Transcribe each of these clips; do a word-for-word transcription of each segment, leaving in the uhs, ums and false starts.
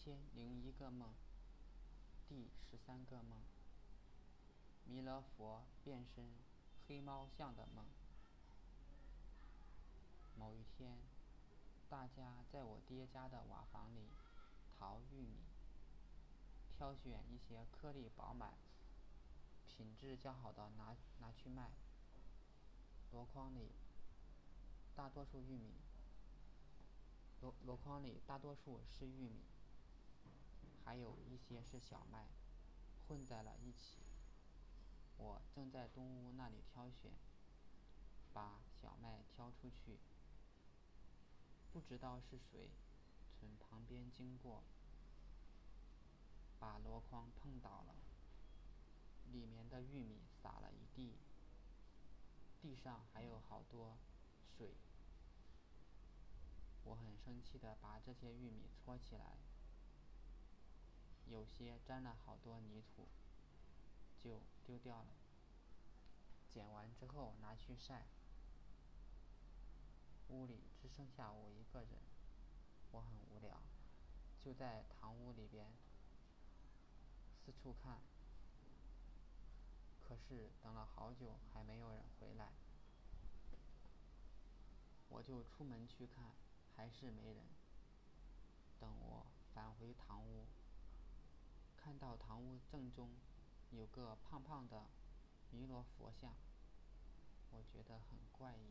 千零一个梦第十三个梦：弥勒佛变身黑猫像的梦。某一天，大家在我爹家的瓦房里淘玉米，挑选一些颗粒饱满、品质较好的拿拿去卖。箩筐里大多数玉米，箩箩筐里大多数是玉米，还有一些是小麦，混在了一起。我正在东屋那里挑选，把小麦挑出去，不知道是谁从旁边经过，把箩筐碰倒了，里面的玉米洒了一地，地上还有好多水。我很生气地把这些玉米搓起来，有些沾了好多泥土，就丢掉了。捡完之后拿去晒。屋里只剩下我一个人，我很无聊，就在堂屋里边四处看。可是等了好久还没有人回来，我就出门去看，还是没人。等我返回堂屋，看到堂屋正中有个胖胖的弥勒佛像，我觉得很怪异。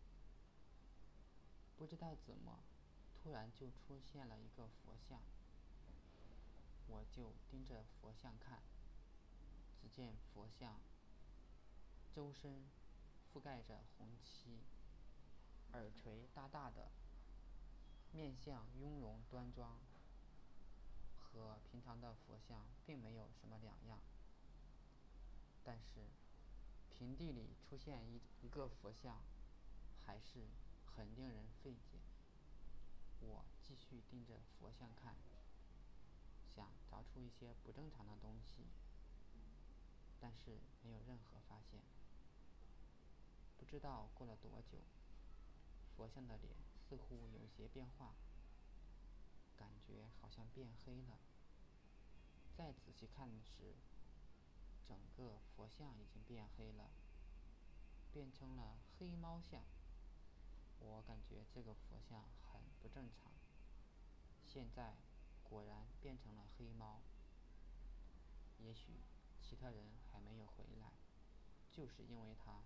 不知道怎么，突然就出现了一个佛像，我就盯着佛像看。只见佛像周身覆盖着红漆，耳垂大大的，面相雍容端庄，和平常的佛像并没有什么两样。但是平地里出现一一个佛像，还是很令人费解。我继续盯着佛像看，想找出一些不正常的东西，但是没有任何发现。不知道过了多久，佛像的脸似乎有些变化，感觉好像变黑了。再仔细看时，整个佛像已经变黑了，变成了黑猫像。我感觉这个佛像很不正常，现在果然变成了黑猫。也许其他人还没有回来，就是因为他。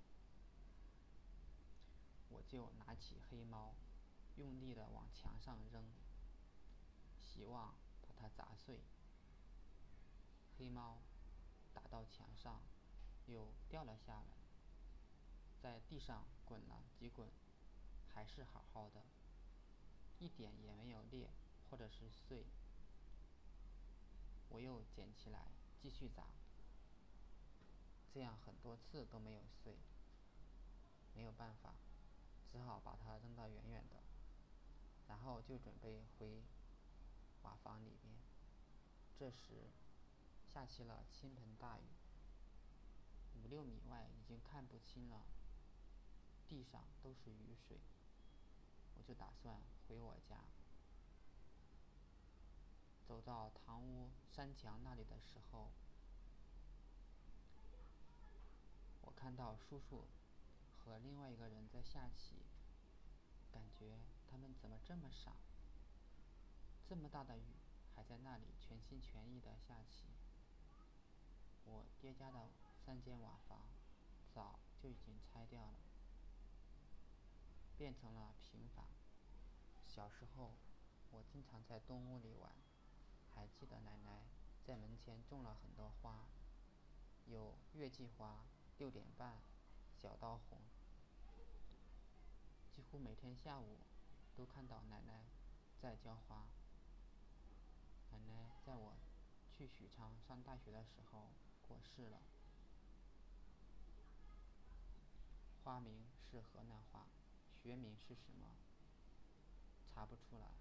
我就拿起黑猫，用力地往墙上扔，希望把它砸碎。黑猫打到墙上，又掉了下来，在地上滚了几滚，还是好好的，一点也没有裂或者是碎。我又捡起来继续砸，这样很多次都没有碎。没有办法，只好把它扔得远远的，然后就准备回瓦房里面。这时下起了倾盆大雨，五六米外已经看不清了，地上都是雨水。我就打算回我家。走到堂屋山墙那里的时候，我看到叔叔和另外一个人在下棋，感觉他们怎么这么傻？这么大的雨还在那里全心全意地下棋。我爹家的三间瓦房早就已经拆掉了，变成了平房。小时候我经常在东屋里玩，还记得奶奶在门前种了很多花，有月季花、六点瓣、小刀红。几乎每天下午都看到奶奶在浇花。奶奶在我去许昌上大学的时候过世了。花名是河南话，学名是什么？查不出来。